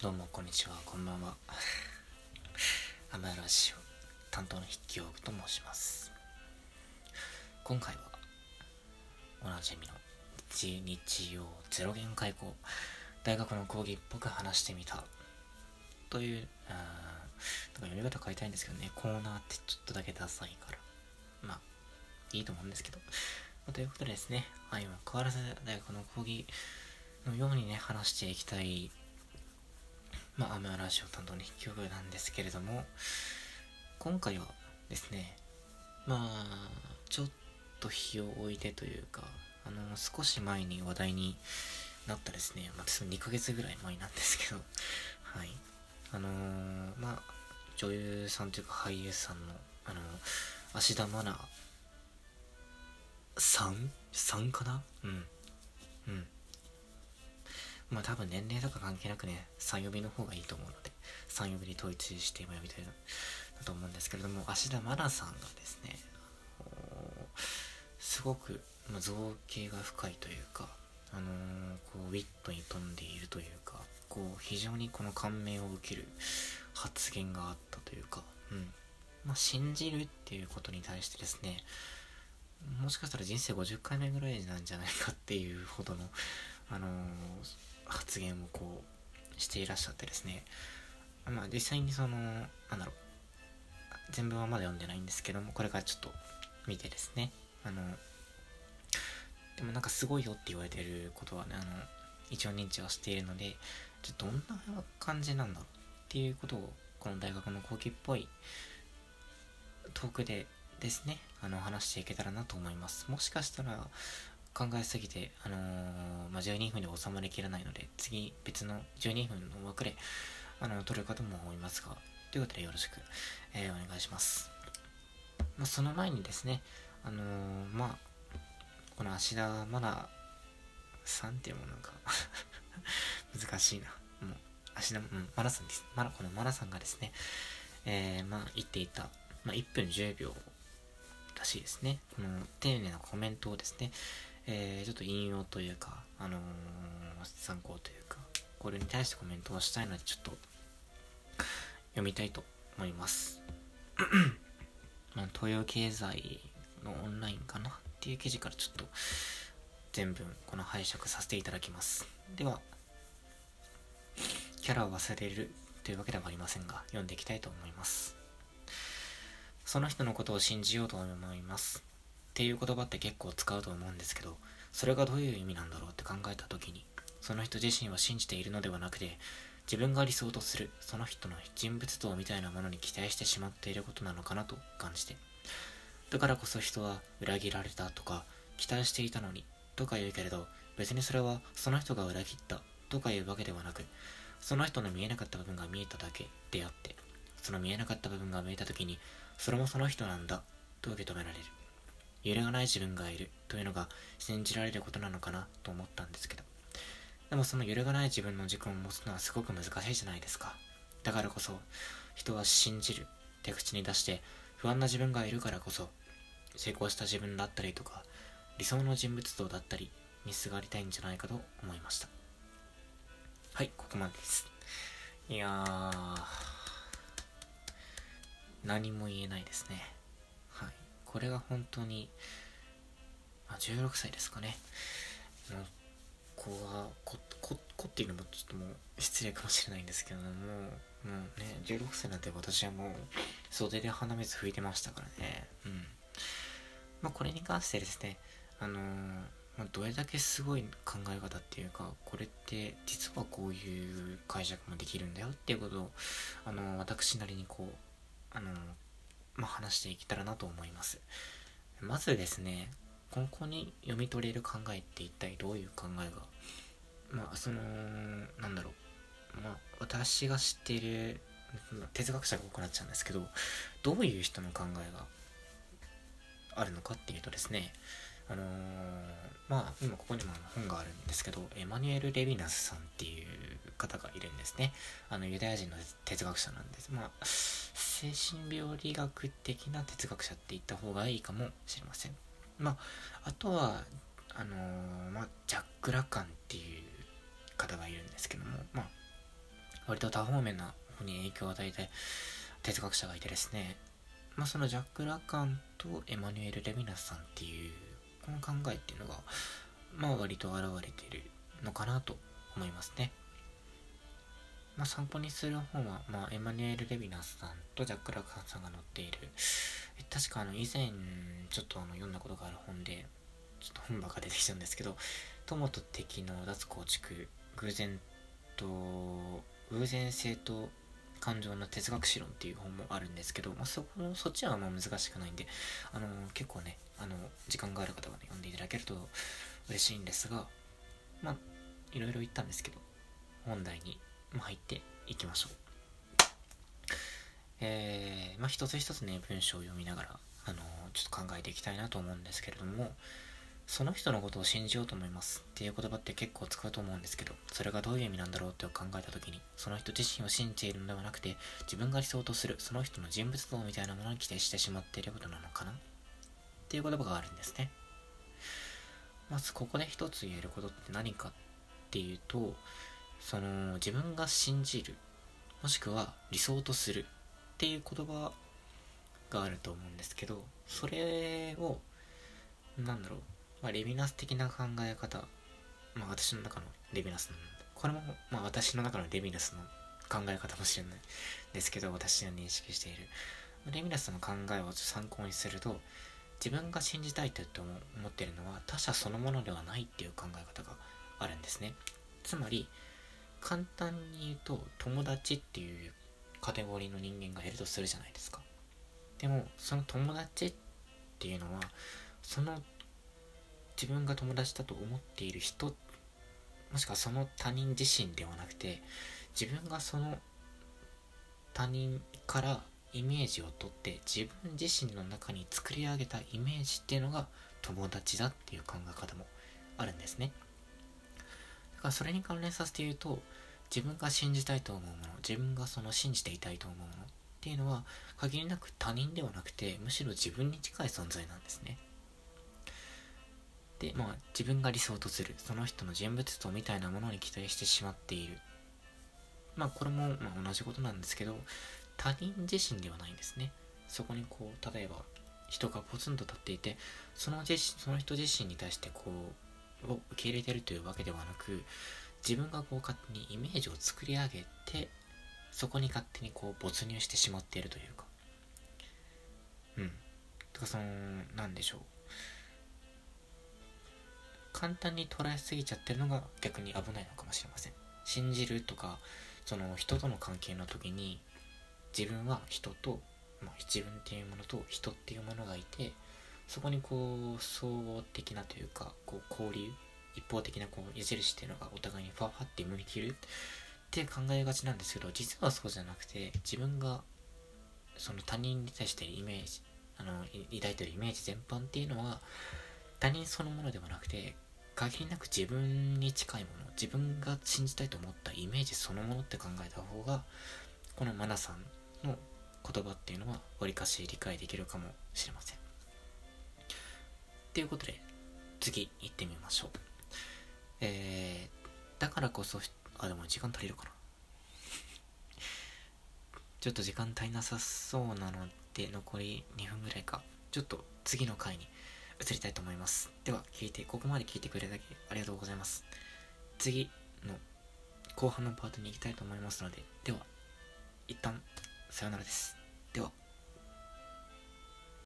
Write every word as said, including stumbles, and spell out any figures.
どうもこんにちは、こんばんは。アマラジオ担当の筆記用具と申します。今回はおなじみの日曜ゼロ限界講、大学の講義っぽく話してみたという、あー読み方変えたいんですけどね、コーナーってちょっとだけダサいからまあいいと思うんですけど、まあ、ということでですね、はい、変わらず大学の講義のようにね話していきたい、まあアマラジオ担当の筆記用具なんですけれども、今回はですね、まあちょっと日を置いてというか、あの少し前に話題になったですね、まあにかげつぐらい前なんですけど、はい、あのー、まあ女優さんというか俳優さんのあの芦田愛菜さんさんかな、うんうんまあ多分年齢とか関係なくね、さん呼びの方がいいと思うので、さん呼びで統一してもらいたいなだと思うんですけれども、芦田愛菜さんがですね、すごく造形が深いというか、あのー、こうウィットに富んでいるというか、こう非常にこの感銘を受ける発言があったというか、うんまあ、信じるっていうことに対してですね、もしかしたら人生ごじゅっかいめぐらいなんじゃないかっていうほどの、あのー、発言をこうしていらっしゃってですね、まあ実際にそのなんだろう、全文はまだ読んでないんですけども、これからちょっと見てですね、あのでもなんかすごいよって言われてることはね、あの一応認知はしているので、じゃどんな感じなんだろうっていうことをこの大学の講義っぽいトークでですね、あの話していけたらなと思います。もしかしたら考えすぎて、あのーまあ、じゅうにふんで収まりきらないので、次別のじゅうにふんの枠であの撮るかとも思いますが、ということでよろしく、えー、お願いします。まあ、その前にですね、あのー、まあこの芦田愛菜さんっていうものが難しいな、もう芦田、うん、愛菜さんです。まだこの愛菜さんがですね、えー、まあ言っていた、まあ、いっぷんじゅうびょうらしいですね。この丁寧なコメントをですね、えー、ちょっと引用というか、あのー、参考というか、これに対してコメントをしたいので、ちょっと読みたいと思います。まあ、東洋経済のオンラインかなっていう記事からちょっと全文この拝借させていただきます。では、キャラを忘れるというわけではありませんが、読んでいきたいと思います。その人のことを信じようと思いますっていう言葉って結構使うと思うんですけど、それがどういう意味なんだろうって考えた時に、その人自身は信じているのではなくて、自分が理想とするその人の人物像みたいなものに期待してしまっていることなのかなと感じて、だからこそ人は裏切られたとか期待していたのにとか言うけれど、別にそれはその人が裏切ったとかいうわけではなく、その人の見えなかった部分が見えただけであって、その見えなかった部分が見えた時に、それもその人なんだと受け止められる、揺れがない自分がいるというのが信じられることなのかなと思ったんですけど、でもその揺れがない自分の軸を持つのはすごく難しいじゃないですか。だからこそ人は信じるって口に出して、不安な自分がいるからこそ成功した自分だったりとか理想の人物像だったりにすがりたいんじゃないかと思いました。はい、ここまでです。いやー、何も言えないですね。はい、これが本当に、まあ、じゅうろくさいですかねの子が子子子っていうのもちょっともう失礼かもしれないんですけども、もうねじゅうろくさいなんて、私はもう袖で鼻水拭いてましたからね。うんまあこれに関してですね、あのーまあ、どれだけすごい考え方っていうか、これって実はこういう解釈もできるんだよっていうことを、あのー私なりにこう、あのーまあ、話していけたらなと思います。まずですね、ここに読み取れる考えって一体どういう考えが、まあそのなんだろう、まあ私が知っている哲学者が多くなっちゃうんですけど、どういう人の考えがあるのかっていうとですね、あのー、まあ今ここにも本があるんですけど、エマニュエル・レヴィナスさんっていう方がいるんですね。あのユダヤ人の哲学者なんです。まあ精神病理学的な哲学者って言った方がいいかもしれません。まああとはあのー、まあジャック・ラカンっていう方がいるんですけども、まあ割と多方面な方に影響を与えて哲学者がいてですね、まあそのジャック・ラカンとエマニュエル・レヴィナスさんっていうこの考えっていうのがまあ割と現れているのかなと思いますね。まあ参考にする本は、まあ、エマニュエル・レヴィナスさんとジャック・ラカンさんが載っている、確かあの以前ちょっとあの読んだことがある本で、ちょっと本ばっか出てきちゃうんですけど、友と敵の脱構築、偶然と偶然性と感情の哲学史論っていう本もあるんですけど、まあ、そこのそっちはまあ難しくないんで、あの結構ね、あの時間がある方は、ね、読んでいただけると嬉しいんですが、まあいろいろ言ったんですけど、本題に入っていきましょう。えー、まあ一つ一つね、文章を読みながら、あのちょっと考えていきたいなと思うんですけれども、その人のことを信じようと思いますっていう言葉って結構使うと思うんですけど、それがどういう意味なんだろうって考えた時に、その人自身を信じているのではなくて、自分が理想とするその人の人物像みたいなものに期待してしまっていることなのかなっていう言葉があるんですね。まずここで一つ言えることって何かっていうと、その自分が信じる、もしくは理想とするっていう言葉があると思うんですけど、それをなんだろう、まあ、レヴィナス的な考え方、まあ私の中のレヴィナスの、これもまあ私の中のレヴィナスの考え方かもしれないですけど、私が認識しているレヴィナスの考えを参考にすると、自分が信じたいと思っているのは他者そのものではないっていう考え方があるんですね。つまり簡単に言うと、友達っていうカテゴリーの人間がいるとするじゃないですか。でもその友達っていうのは、その自分が友達だと思っている人、もしくはその他人自身ではなくて、自分がその他人からイメージを取って自分自身の中に作り上げたイメージっていうのが友達だっていう考え方もあるんですね。だからそれに関連させて言うと、自分が信じたいと思うもの、自分がその信じていたいと思うものっていうのは限りなく他人ではなくて、むしろ自分に近い存在なんですね。で、まあ自分が理想とするその人の人物像みたいなものに期待してしまっている。まあこれもまあ同じことなんですけど、他人自身ではないんですね。そこにこう、例えば人がポツンと立っていて、その自身その人自身に対してこうを受け入れてるというわけではなく、自分がこう勝手にイメージを作り上げて、そこに勝手にこう没入してしまっているというか、うんとか、そのなんでしょう、簡単に捉えすぎちゃってるのが逆に危ないのかもしれません。信じるとか、その人との関係の時に、自分は人と、まあ、自分っていうものと人っていうものがいて、そこにこう総合的なというか、こう交流、一方的なこう矢印っていうのがお互いにファファって向いているって考えがちなんですけど、実はそうじゃなくて、自分がその他人に対してイメージ、あの抱いているイメージ全般っていうのは他人そのものではなくて、限りなく自分に近いもの、自分が信じたいと思ったイメージそのものって考えた方が、このマナさんの言葉っていうのはわりかし理解できるかもしれません。ということで次行ってみましょう。えー、だからこそ、あ、でも時間足りるかな。ちょっと時間足りなさそうなので、残りにふんぐらいか。ちょっと次の回に移りたいと思います。では聞いて、ここまで聞いてくれただけありがとうございます。次の後半のパートに行きたいと思いますので、では一旦さよならです。では。